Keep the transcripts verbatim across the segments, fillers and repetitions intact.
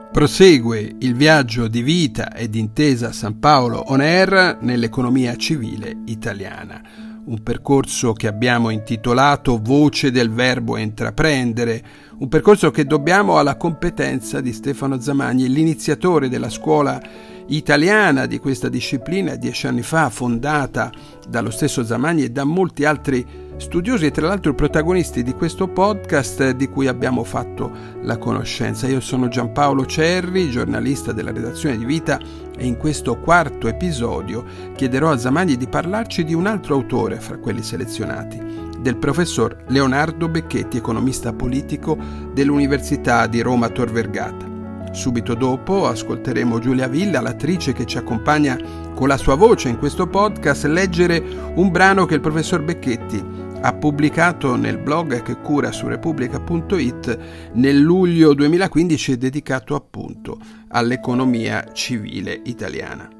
Prosegue il viaggio di vita e di Intesa San Paolo On Air nell'economia civile italiana. Un percorso che abbiamo intitolato Voce del verbo intraprendere, un percorso che dobbiamo alla competenza di Stefano Zamagni, l'iniziatore della scuola italiana di questa disciplina dieci anni fa, fondata dallo stesso Zamagni e da molti altri studiosi e tra l'altro protagonisti di questo podcast di cui abbiamo fatto la conoscenza. Io sono Giampaolo Cerri, giornalista della redazione di Vita, e in questo quarto episodio chiederò a Zamagni di parlarci di un altro autore fra quelli selezionati, del professor Leonardo Becchetti, economista politico dell'Università di Roma Tor Vergata. Subito dopo ascolteremo Giulia Villa, l'attrice che ci accompagna con la sua voce in questo podcast, leggere un brano che il professor Becchetti ha pubblicato nel blog che cura su repubblica punto it nel luglio duemilaquindici, dedicato appunto all'economia civile italiana.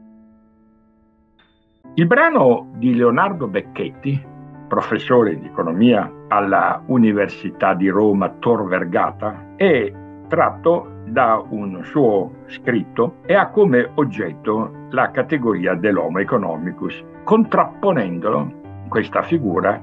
Il brano di Leonardo Becchetti, professore di economia alla Università di Roma Tor Vergata, è tratto da un suo scritto e ha come oggetto la categoria dell'homo economicus, contrapponendolo, questa figura,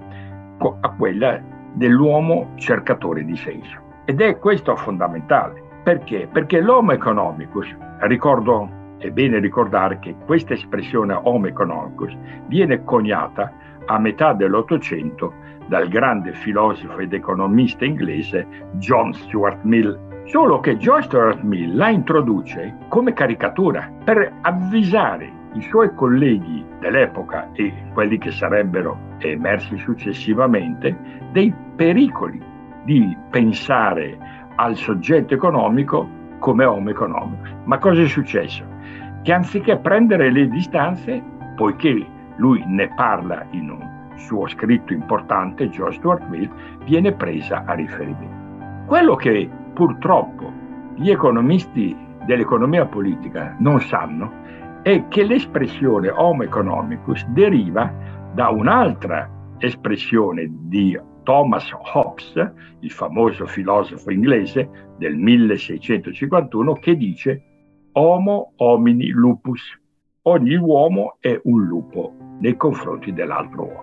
a quella dell'uomo cercatore di senso. Ed è questo fondamentale. Perché? Perché l'homo economicus, ricordo, è bene ricordare che questa espressione homo economicus viene coniata a metà dell'Ottocento dal grande filosofo ed economista inglese John Stuart Mill. Solo che John Stuart Mill la introduce come caricatura per avvisare i suoi colleghi dell'epoca e quelli che sarebbero emersi successivamente dei pericoli di pensare al soggetto economico come homo economicus. Ma cosa è successo? Che anziché prendere le distanze, poiché lui ne parla in un suo scritto importante, John Stuart Mill, viene presa a riferimento. Quello che purtroppo gli economisti dell'economia politica non sanno è che l'espressione homo economicus deriva da un'altra espressione di Thomas Hobbes, il famoso filosofo inglese del milleseicentocinquantuno, che dice homo homini lupus, ogni uomo è un lupo nei confronti dell'altro uomo.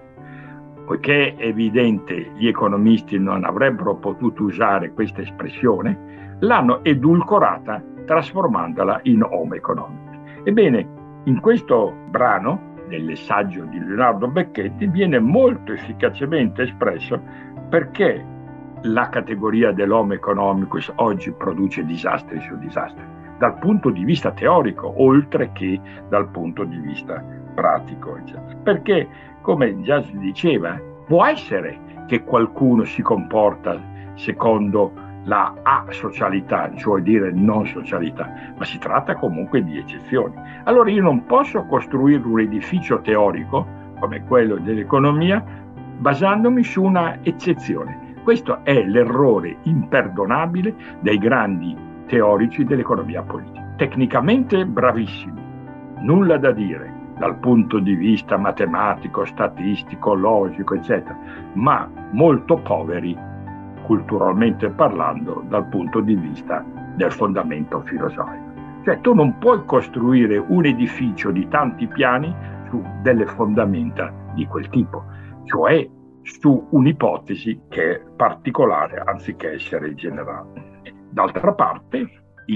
Poiché è evidente gli economisti non avrebbero potuto usare questa espressione, l'hanno edulcorata trasformandola in homo economicus. Ebbene, in questo brano, nel saggio di Leonardo Becchetti, viene molto efficacemente espresso perché la categoria dell'homo economicus oggi produce disastri su disastri, dal punto di vista teorico, oltre che dal punto di vista pratico, eccetera. Perché, come già si diceva, può essere che qualcuno si comporta secondo la asocialità, cioè dire non socialità, ma si tratta comunque di eccezioni. Allora io non posso costruire un edificio teorico come quello dell'economia basandomi su una eccezione. Questo è l'errore imperdonabile dei grandi teorici dell'economia politica. Tecnicamente bravissimi, nulla da dire dal punto di vista matematico, statistico, logico, eccetera, ma molto poveri culturalmente parlando dal punto di vista del fondamento filosofico. Cioè tu non puoi costruire un edificio di tanti piani su delle fondamenta di quel tipo, cioè su un'ipotesi che è particolare anziché essere generale. D'altra parte,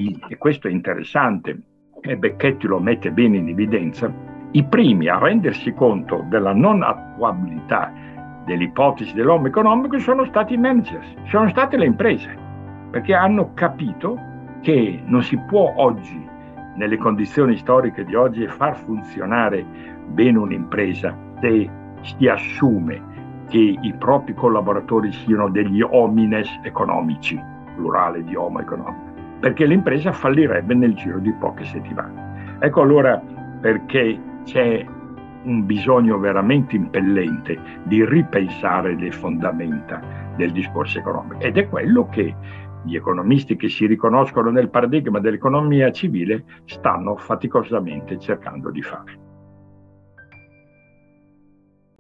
e questo è interessante e Becchetti lo mette bene in evidenza, i primi a rendersi conto della non attuabilità dell'ipotesi dell'homo economico sono stati i manager, sono state le imprese, perché hanno capito che non si può oggi, nelle condizioni storiche di oggi, far funzionare bene un'impresa se si assume che i propri collaboratori siano degli homines economici, plurale di homo economico, perché l'impresa fallirebbe nel giro di poche settimane. Ecco allora perché c'è un bisogno veramente impellente di ripensare le fondamenta del discorso economico, ed è quello che gli economisti che si riconoscono nel paradigma dell'economia civile stanno faticosamente cercando di fare.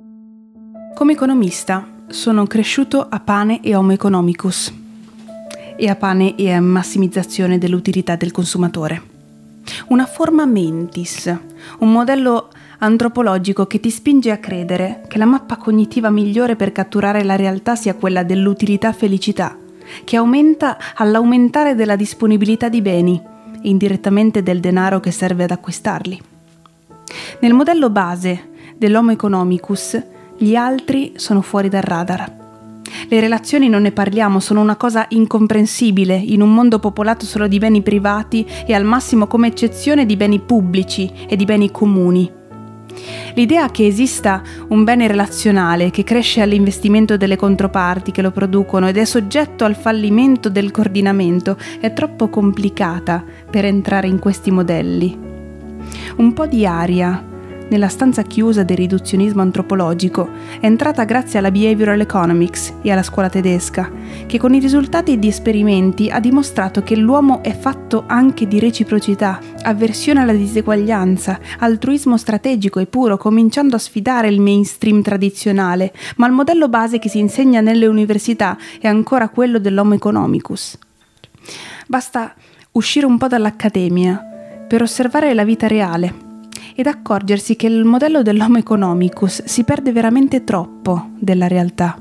Come economista sono cresciuto a pane e homo economicus e a pane e a massimizzazione dell'utilità del consumatore. Una forma mentis, un modello antropologico che ti spinge a credere che la mappa cognitiva migliore per catturare la realtà sia quella dell'utilità felicità, che aumenta all'aumentare della disponibilità di beni e indirettamente del denaro che serve ad acquistarli. Nel modello base dell'Homo economicus, gli altri sono fuori dal radar. Le relazioni, non ne parliamo, sono una cosa incomprensibile in un mondo popolato solo di beni privati e al massimo come eccezione di beni pubblici e di beni comuni. L'idea che esista un bene relazionale che cresce all'investimento delle controparti che lo producono ed è soggetto al fallimento del coordinamento è troppo complicata per entrare in questi modelli. Un po' di aria nella stanza chiusa del riduzionismo antropologico è entrata grazie alla behavioral economics e alla scuola tedesca, che con i risultati di esperimenti ha dimostrato che l'uomo è fatto anche di reciprocità, avversione alla diseguaglianza, altruismo strategico e puro, cominciando a sfidare il mainstream tradizionale, ma il modello base che si insegna nelle università è ancora quello dell'Homo economicus. Basta uscire un po' dall'accademia per osservare la vita reale ed accorgersi che il modello dell'Homo economicus si perde veramente troppo della realtà.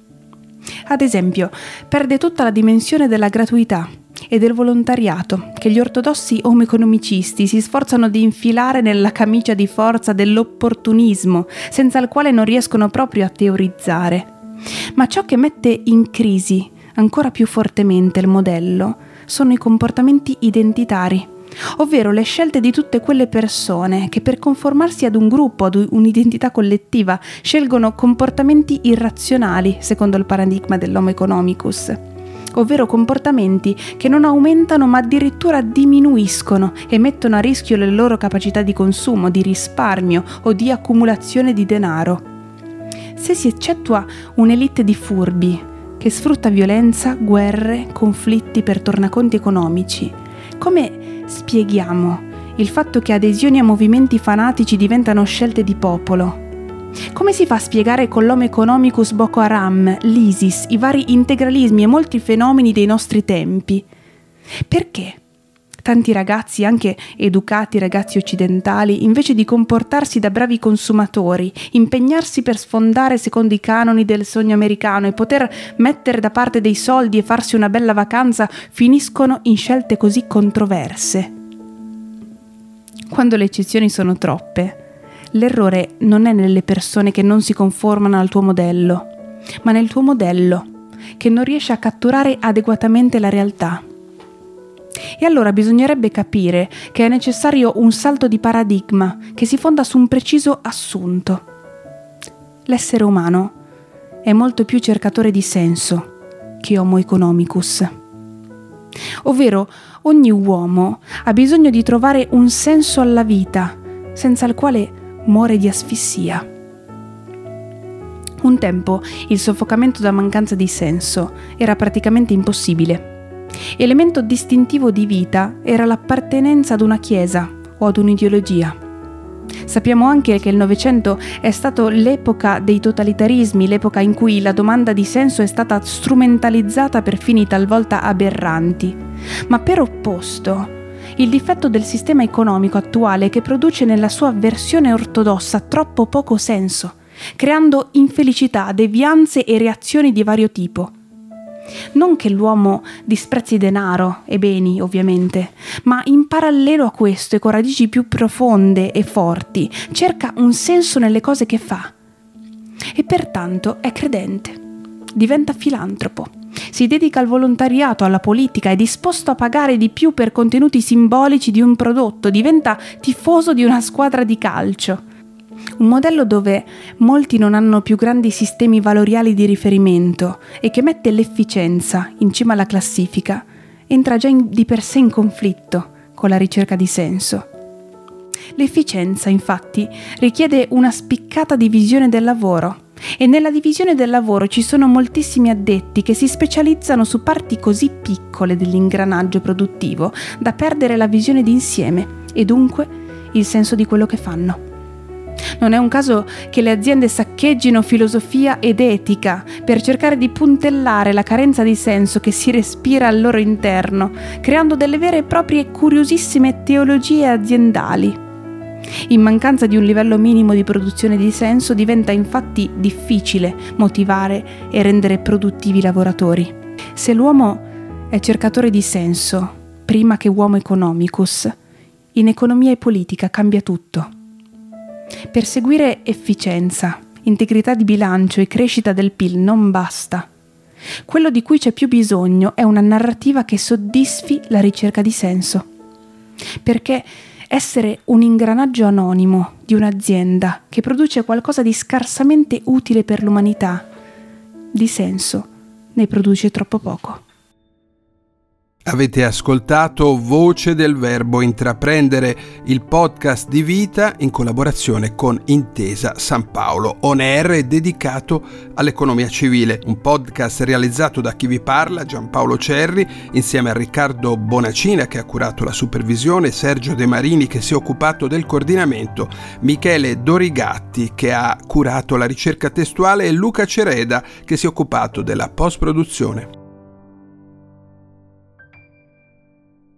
Ad esempio, perde tutta la dimensione della gratuità e del volontariato che gli ortodossi homo economicisti si sforzano di infilare nella camicia di forza dell'opportunismo, senza il quale non riescono proprio a teorizzare. Ma ciò che mette in crisi ancora più fortemente il modello sono i comportamenti identitari, ovvero le scelte di tutte quelle persone che per conformarsi ad un gruppo, ad un'identità collettiva, scelgono comportamenti irrazionali secondo il paradigma dell'Homo economicus, ovvero comportamenti che non aumentano ma addirittura diminuiscono e mettono a rischio le loro capacità di consumo, di risparmio o di accumulazione di denaro. Se si eccettua un'elite di furbi che sfrutta violenza, guerre, conflitti per tornaconti economici, come spieghiamo il fatto che adesioni a movimenti fanatici diventano scelte di popolo? Come si fa a spiegare con l'Homo economicus Boko Haram, l'ISIS, i vari integralismi e molti fenomeni dei nostri tempi? Perché tanti ragazzi, anche educati ragazzi occidentali, invece di comportarsi da bravi consumatori, impegnarsi per sfondare secondo i canoni del sogno americano e poter mettere da parte dei soldi e farsi una bella vacanza, finiscono in scelte così controverse? Quando le eccezioni sono troppe, l'errore non è nelle persone che non si conformano al tuo modello, ma nel tuo modello, che non riesce a catturare adeguatamente la realtà. E allora bisognerebbe capire che è necessario un salto di paradigma che si fonda su un preciso assunto. L'essere umano è molto più cercatore di senso che Homo economicus. Ovvero, ogni uomo ha bisogno di trovare un senso alla vita, senza il quale muore di asfissia. Un tempo il soffocamento da mancanza di senso era praticamente impossibile. Elemento distintivo di vita era l'appartenenza ad una chiesa o ad un'ideologia. Sappiamo anche che il Novecento è stato l'epoca dei totalitarismi, l'epoca in cui la domanda di senso è stata strumentalizzata per fini talvolta aberranti. Ma per opposto, il difetto del sistema economico attuale è che produce nella sua versione ortodossa troppo poco senso, creando infelicità, devianze e reazioni di vario tipo. Non che l'uomo disprezzi denaro e beni, ovviamente, ma in parallelo a questo e con radici più profonde e forti, cerca un senso nelle cose che fa. E pertanto è credente, diventa filantropo, si dedica al volontariato, alla politica, è disposto a pagare di più per contenuti simbolici di un prodotto, diventa tifoso di una squadra di calcio. Un modello dove molti non hanno più grandi sistemi valoriali di riferimento e che mette l'efficienza in cima alla classifica, entra già in, di per sé in conflitto con la ricerca di senso. L'efficienza, infatti, richiede una spiccata divisione del lavoro e nella divisione del lavoro ci sono moltissimi addetti che si specializzano su parti così piccole dell'ingranaggio produttivo da perdere la visione d'insieme e dunque il senso di quello che fanno. Non è un caso che le aziende saccheggino filosofia ed etica per cercare di puntellare la carenza di senso che si respira al loro interno, creando delle vere e proprie curiosissime teologie aziendali. In mancanza di un livello minimo di produzione di senso diventa infatti difficile motivare e rendere produttivi i lavoratori. Se l'uomo è cercatore di senso, prima che uomo economicus, in economia e politica cambia tutto. Perseguire efficienza, integrità di bilancio e crescita del P I L non basta. Quello di cui c'è più bisogno è una narrativa che soddisfi la ricerca di senso. Perché essere un ingranaggio anonimo di un'azienda che produce qualcosa di scarsamente utile per l'umanità, di senso ne produce troppo poco. Avete ascoltato Voce del Verbo Intraprendere, il podcast di Vita in collaborazione con Intesa San Paolo On Air dedicato all'economia civile, un podcast realizzato da chi vi parla, Giampaolo Cerri, insieme a Riccardo Bonacina che ha curato la supervisione, Sergio De Marini che si è occupato del coordinamento, Michele Dorigatti che ha curato la ricerca testuale e Luca Cereda che si è occupato della post-produzione.